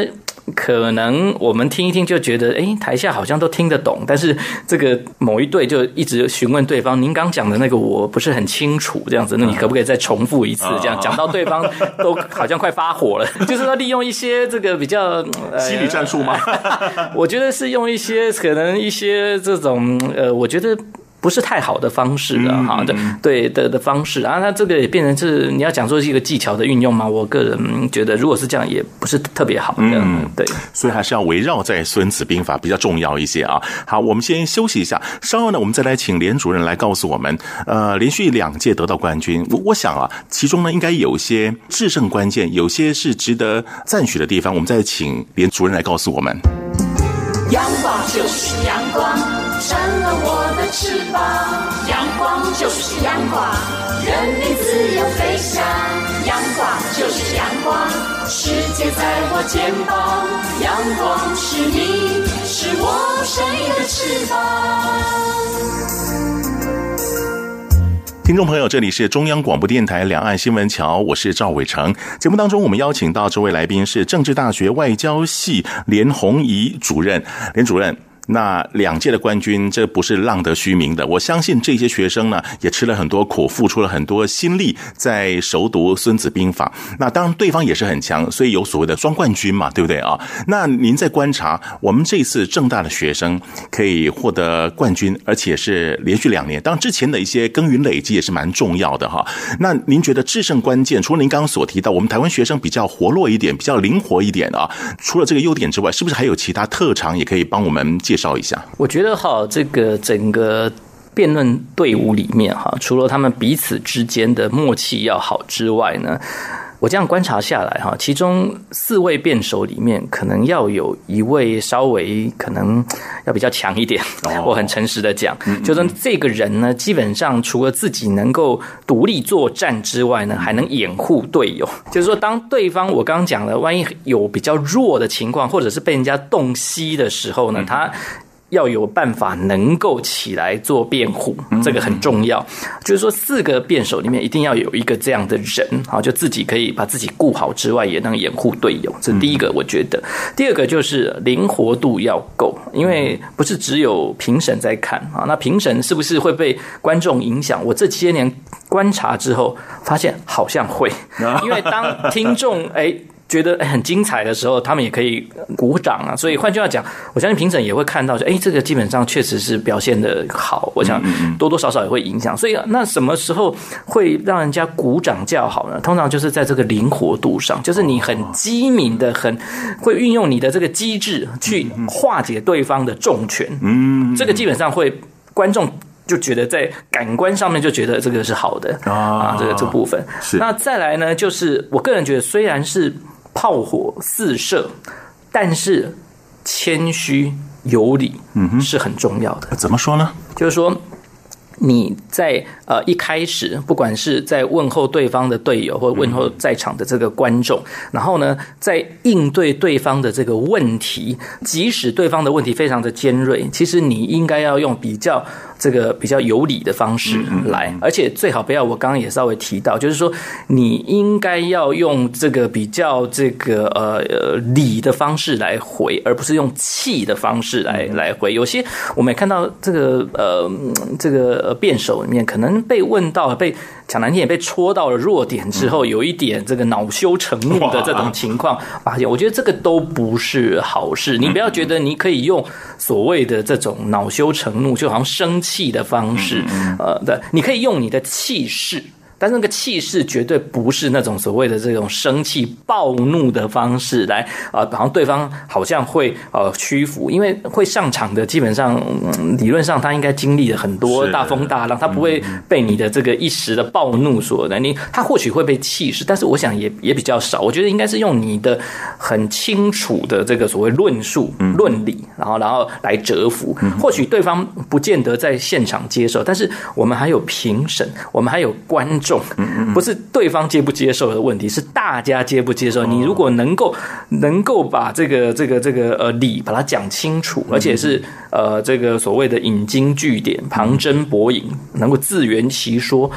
可能我们听一听就觉得，哎，台下好像都听得懂，但是这个某一队就一直询问对方，您刚讲的那个我不是很清楚，这样子，那你可不可以再重复一次？这样讲到对方都好像快发火了，就是说利用一些这个比较心理战术吗？ 我觉得是用一些可能一些这种呃，我觉得。不是太好的方式了哈，的对的的方式啊，那这个也变成是你要讲说是一个技巧的运用吗？我个人觉得，如果是这样，也不是特别好的。嗯，对， 所以还是要围绕在《孙子兵法》比较重要一些啊。好，我们先休息一下，稍后呢，我们再来请连主任来告诉我们，呃，连续两届得到冠军，我我想啊，其中呢应该有些制胜关键，有些是值得赞许的地方，我们再请连主任来告诉我们。 阳光就是阳光，扇了我的翅膀。阳光就是阳光，人民自由飞翔。阳光就是阳光，世界在我肩膀。阳光是你，是我生命的翅膀。 听众朋友，这里是中央广播电台两岸新闻桥，我是赵伟成。节目当中，我们邀请到这位来宾是政治大学外交系连宏仪主任，连主任。那两届的冠军，这不是浪得虚名的。我相信这些学生呢，也吃了很多苦，付出了很多心力，在熟读《孙子兵法》。那当然，对方也是很强，所以有所谓的双冠军嘛，对不对啊？那您在观察我们这次政大的学生可以获得冠军，而且是连续两年，当然之前的一些耕耘累积也是蛮重要的哈。那您觉得制胜关键，除了您刚刚所提到，我们台湾学生比较活络一点，比较灵活一点啊，除了这个优点之外，是不是还有其他特长也可以帮我们介绍一下？ 我觉得哈，这个整个辩论队伍里面哈，除了他们彼此之间的默契要好之外呢，我这样观察下来哈，其中四位辩手里面，可能要有一位稍微可能要比较强一点。哦、我很诚实的讲，就是这个人呢，基本上除了自己能够独立作战之外呢，还能掩护队友。就是说，当对方我刚刚讲了，万一有比较弱的情况，或者是被人家洞悉的时候呢，他要有办法能够起来做辩护，这个很重要。就是说，四个辩手里面一定要有一个这样的人，就自己可以把自己顾好之外，也能掩护队友。这是第一个，我觉得。第二个就是灵活度要够，因为不是只有评审在看啊。那评审是不是会被观众影响？我这些年观察之后，发现好像会，因为当听众哎。觉得很精彩的时候，他们也可以鼓掌啊。所以换句话讲，我相信评审也会看到，哎，这个基本上确实是表现的好。我想多多少少也会影响。所以那什么时候会让人家鼓掌叫好呢？通常就是在这个灵活度上，就是你很机敏的，很会运用你的这个机智去化解对方的重拳。嗯，这个基本上会观众就觉得在感官上面就觉得这个是好的啊，这个这部分。那再来呢，就是我个人觉得，虽然是炮火四射，但是谦虚有礼是很重要的。 嗯、怎么说呢？ 就是说你在呃一开始，不管是在问候对方的队友，或问候在场的这个观众，然后呢，在应对对方的这个问题，即使对方的问题非常的尖锐，其实你应该要用比较这个比较有理的方式来，而且最好不要，我刚刚也稍微提到，就是说你应该要用这个比较这个呃呃理的方式来回，而不是用气的方式来来回。有些我们也看到这个呃这个辩手里面，可能被问到被讲难听也被戳到了弱点之后，有一点这个恼羞成怒的这种情况发现，我觉得这个都不是好事。你不要觉得你可以用所谓的这种恼羞成怒，就好像生气的方式，呃，对，你可以用你的气势。但是那个气势绝对不是那种所谓的这种生气暴怒的方式来啊、呃，好像对方好像会呃屈服，因为会上场的基本上、嗯、理论上他应该经历了很多大风大浪，他不会被你的这个一时的暴怒所能力，他或许会被气势，但是我想也也比较少。我觉得应该是用你的很清楚的这个所谓论述、论理，然后然后来折服。或许对方不见得在现场接受，但是我们还有评审，我们还有观众。不是对方接不接受的问题，是大家接不接受。你如果能够能够把这个这个这个呃理把它讲清楚，而且是呃这个所谓的引经据典、旁征博引，能够自圆其说。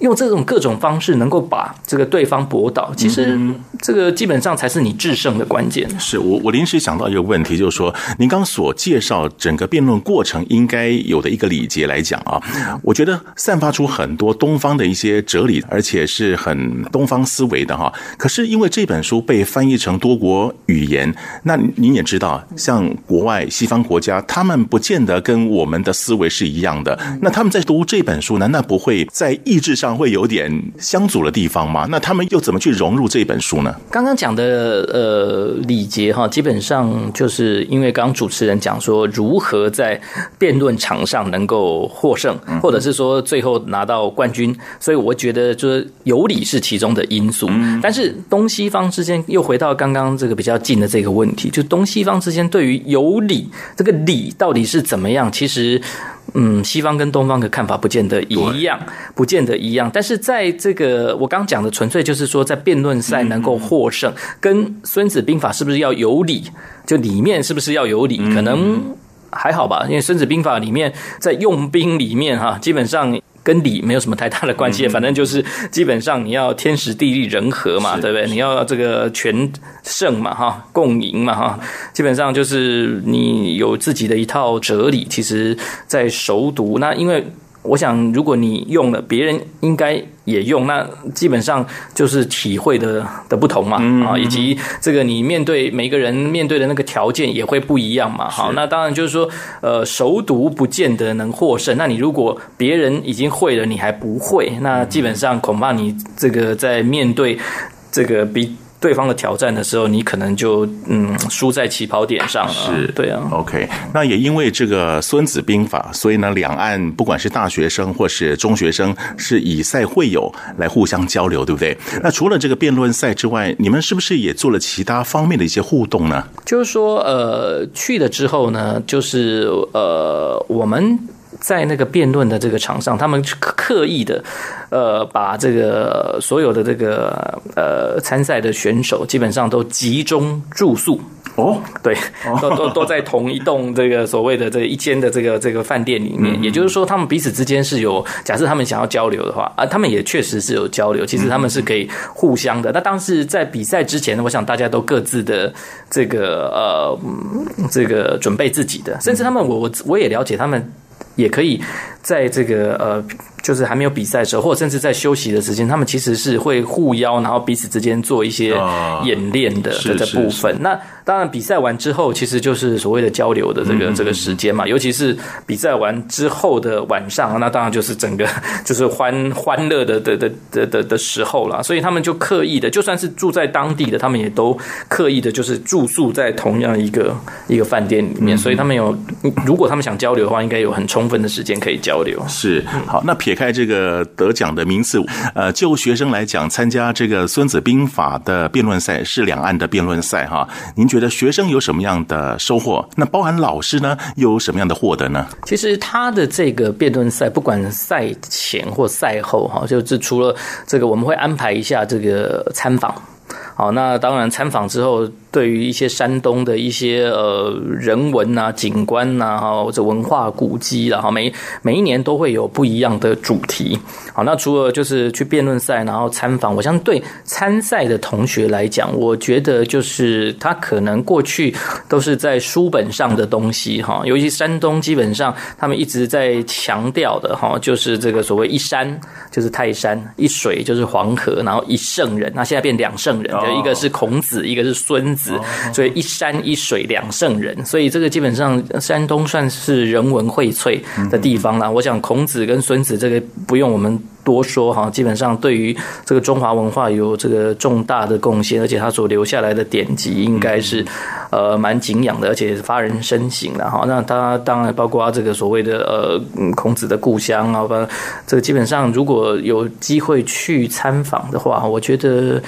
用这种各种方式能够把这个对方驳倒，其实这个基本上才是你制胜的关键。 是我我临时想到一个问题，就是说您刚所介绍整个辩论过程应该有的一个礼节来讲啊，我觉得散发出很多东方的一些哲理，而且是很东方思维的哈。可是因为这本书被翻译成多国语言，那您也知道，像国外西方国家，他们不见得跟我们的思维是一样的。那他们在读这本书，难道不会在意志上会有点相左的地方吗？那他们又怎么去融入这本书呢？ 刚刚讲的呃礼节哈，基本上就是因为刚刚主持人讲说如何在辩论场上能够获胜，或者是说最后拿到冠军，所以我觉得就是有理是其中的因素。但是东西方之间又回到刚刚这个比较近的这个问题，就东西方之间对于有理这个理到底是怎么样，其实嗯，西方跟东方的看法不见得一样，不见得一样。但是在这个我刚讲的，纯粹就是说，在辩论赛能够获胜，跟《孙子兵法》是不是要有理，就里面是不是要有理，可能还好吧。因为《孙子兵法》里面在用兵里面哈，基本上跟理没有什么太大的关系，反正就是基本上你要天时地利人和嘛，对不对？你要这个全胜嘛，哈，共赢嘛，哈，基本上就是你有自己的一套哲理，其实在熟读。那因为我想，如果你用了，别人应该也用，那基本上就是体会的的不同嘛，啊，以及这个你面对每个人面对的那个条件也会不一样嘛。好，那当然就是说，呃，熟读不见得能获胜。那你如果别人已经会了，你还不会，那基本上恐怕你这个在面对这个比对方的挑战的时候，你可能就嗯输在起跑点上了。 是， 对啊。 OK， 那也因为这个《孙子兵法》，所以呢，两岸不管是大学生或是中学生，是以赛会友来互相交流，对不对？那除了这个辩论赛之外，你们是不是也做了其他方面的一些互动呢？ 就是说，呃，去了之后呢，就是呃，我们在那个辩论的这个场上，他们刻意的，呃，把这个所有的这个呃参赛的选手基本上都集中住宿。哦，对，都都都在同一栋这个所谓的这一间的这个这个饭店里面，也就是说，他们彼此之间是有，假设他们想要交流的话，啊，他们也确实是有交流，其实他们是可以互相的。那当时在比赛之前呢，我想大家都各自的这个呃这个准备自己的，甚至他们我我我也了解他们。也可以在这个呃，就是还没有比赛的时候，或者甚至在休息的时间，他们其实是会互邀，然后彼此之间做一些演练的这个部分。那当然，比赛完之后，其实就是所谓的交流的这个这个时间嘛。尤其是比赛完之后的晚上，那当然就是整个就是欢欢乐的的的的的的时候了。所以他们就刻意的，就算是住在当地的，他们也都刻意的，就是住宿在同样一个一个饭店里面。所以他们有，如果他们想交流的话，应该有很充分的时间可以交流。 是，好，那撇开这个得奖的名次，呃，就学生来讲，参加这个《孙子兵法》的辩论赛是两岸的辩论赛哈。您觉得学生有什么样的收获？那包含老师呢，又有什么样的获得呢？ 其实他的这个辩论赛，不管赛前或赛后哈，就是除了这个，我们会安排一下这个参访。好，那当然参访之后，对于一些山东的一些呃人文啊、景观啊，或者文化古迹啦，哈，每每一年都会有不一样的主题。好，那除了就是去辩论赛，然后参访，我相信对参赛的同学来讲，我觉得就是他可能过去都是在书本上的东西哈，尤其山东基本上他们一直在强调的哈，就是这个所谓一山就是泰山，一水就是黄河，然后一圣人，那现在变两圣人，就一个是孔子，一个是孙子，所以一山一水两圣人，所以这个基本上山东算是人文荟萃的地方啦。我想孔子跟孙子这个不用我们多说哈，基本上对于这个中华文化有这个重大的贡献，而且他所留下来的典籍应该是呃蛮敬仰的，而且发人深省的哈。那他当然包括这个所谓的呃孔子的故乡啊，这个基本上如果有机会去参访的话，我觉得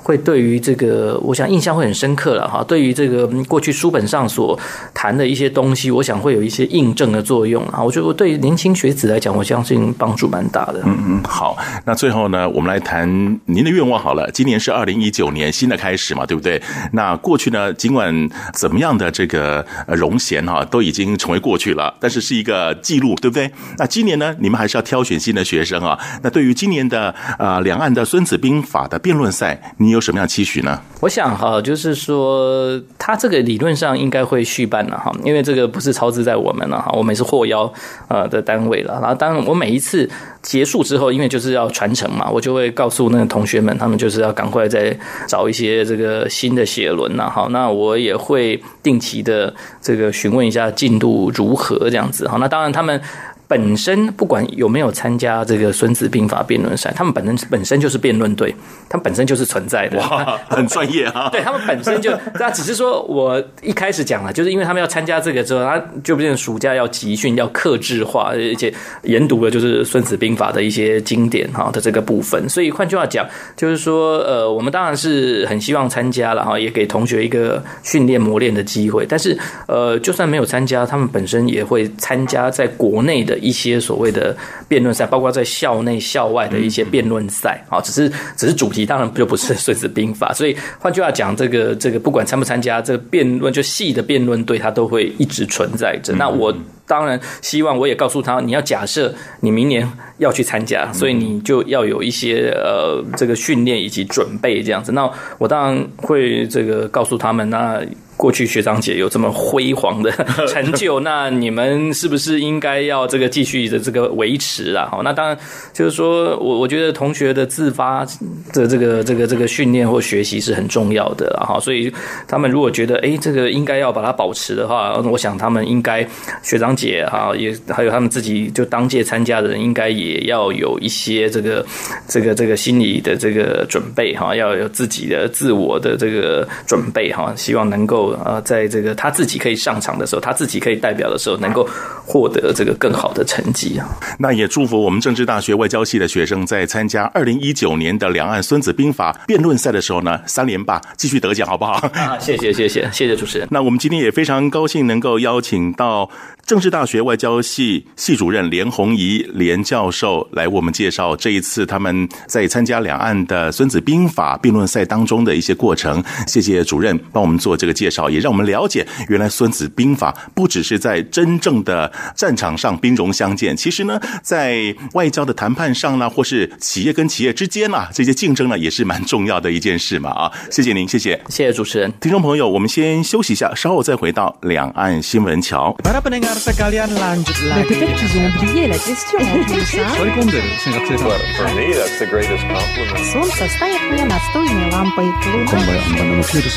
会对于这个，我想印象会很深刻了哈。对于这个过去书本上所谈的一些东西，我想会有一些印证的作用啊。我觉得对年轻学子来讲，我相信帮助蛮大的。 嗯嗯，好，那最后呢，我们来谈您的愿望好了。今年是二零一九年新的开始嘛，对不对？那过去呢，尽管怎么样的这个荣衔哈，都已经成为过去了，但是是一个记录，对不对？那今年呢，你们还是要挑选新的学生啊。那对于今年的呃两岸的孙子兵法的辩论赛，你有什么样的期许呢？ 我想哈，就是说，他这个理论上应该会续办了哈，因为这个不是操之在我们了哈，我们是获邀呃的单位了。然后当然我每一次结束之后，因为就是要传承嘛，我就会告诉那个同学们，他们就是要赶快再找一些这个新的写轮了哈。那我也会定期的这个询问一下进度如何这样子哈。那当然他们本身不管有没有参加这个孙子兵法辩论赛，他们本身本身就是辩论队，他们本身就是存在的， 哇，很专业啊！ 对他们本身就，那只是说我一开始讲了，就是因为他们要参加这个之后，他就变成暑假要集训，要客制化，而且研读的就是孙子兵法的一些经典哈的这个部分。所以换句话讲，就是说，呃，我们当然是很希望参加了哈，也给同学一个训练磨练的机会。但是，呃，就算没有参加，他们本身也会参加在国内的一些所谓的辩论赛，包括在校内校外的一些辩论赛啊，只是只是主题当然就不是孙子兵法，所以换句话讲，这个这个不管参不参加，这个辩论就系的辩论队，它都会一直存在着。那我当然希望，我也告诉他，你要假设你明年要去参加，所以你就要有一些呃这个训练以及准备这样子。那我当然会这个告诉他们，那过去学长姐有这么辉煌的成就，那你们是不是应该要这个继续的这个维持啊？好，那当然就是说我我觉得同学的自发的这个这个这个训练或学习是很重要的哈，所以他们如果觉得哎这个应该要把它保持的话，我想他们应该学长姐哈也还有他们自己就当届参加的人，应该也要有一些这个这个这个心理的这个准备哈，要有自己的自我的这个准备哈，希望能够。呃，在这个他自己可以上场的时候，他自己可以代表的时候，能够获得这个更好的成绩啊。 那也祝福我们政治大学外交系的学生在参加二零一九年的两岸孙子兵法辩论赛的时候呢，三连霸继续得奖，好不好？ 啊，谢谢谢谢谢谢主持人。 那我们今天也非常高兴能够邀请到政治大学外交系系主任连宏仪连教授来为我们介绍这一次他们在参加两岸的孙子兵法辩论赛当中的一些过程。谢谢主任帮我们做这个介绍，也让我们了解原来孙子兵法不只是在真正的战场上兵戎相见，其实呢在外交的谈判上呢，或是企业跟企业之间啊，这些竞争呢也是蛮重要的一件事嘛啊！谢谢您，谢谢， 谢谢主持人。 听众朋友，我们先休息一下，稍后再回到两岸新闻桥。 Para pendengar sekalian lanjut Mais lagi. peut-être qu'ils ont oublié la question en plus, hein? Sorry kundel, singkat cerita. But for me, that's the greatest compliment. Солнце стоит мне настольной лампой. Kombaja ambana mafirus.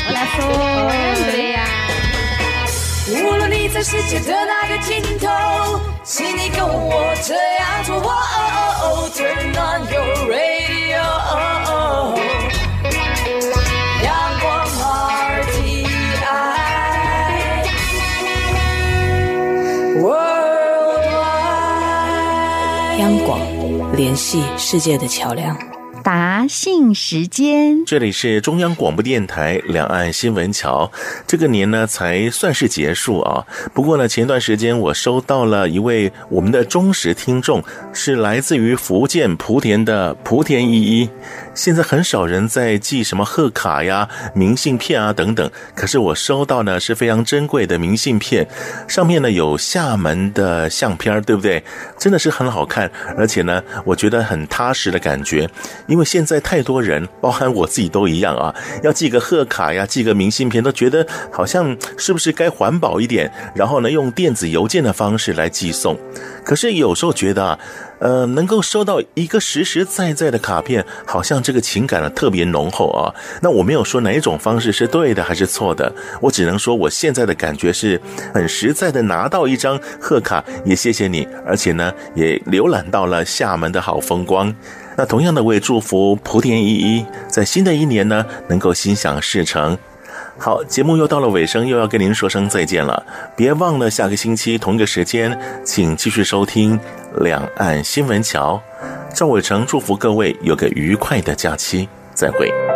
无论你在世界的哪个尽头，请你跟我这样做。Turn on your radio， 阳光 R T I Worldwide， 央广联系世界的桥梁。 答信时间， 这里是中央广播电台两岸新闻桥。这个年呢才算是结束啊，不过呢前段时间我收到了一位我们的忠实听众，是来自于福建莆田的莆田依依。现在很少人在寄什么贺卡呀、明信片啊等等，可是我收到呢是非常珍贵的明信片，上面呢有厦门的相片，对不对？真的是很好看，而且呢我觉得很踏实的感觉。因为现在太多人，包含我自己都一样啊，要寄个贺卡呀，寄个明信片，都觉得好像是不是该环保一点，然后呢用电子邮件的方式来寄送。可是有时候觉得啊，呃，能够收到一个实实在在的卡片，好像这个情感呢特别浓厚啊。那我没有说哪一种方式是对的还是错的，我只能说我现在的感觉是很实在的拿到一张贺卡，也谢谢你，而且呢也浏览到了厦门的好风光。那同样的，我也祝福莆田依依在新的一年呢能够心想事成。好，节目又到了尾声，又要跟您说声再见了。别忘了下个星期同一个时间，请继续收听两岸新闻桥。赵伟成祝福各位有个愉快的假期，再会。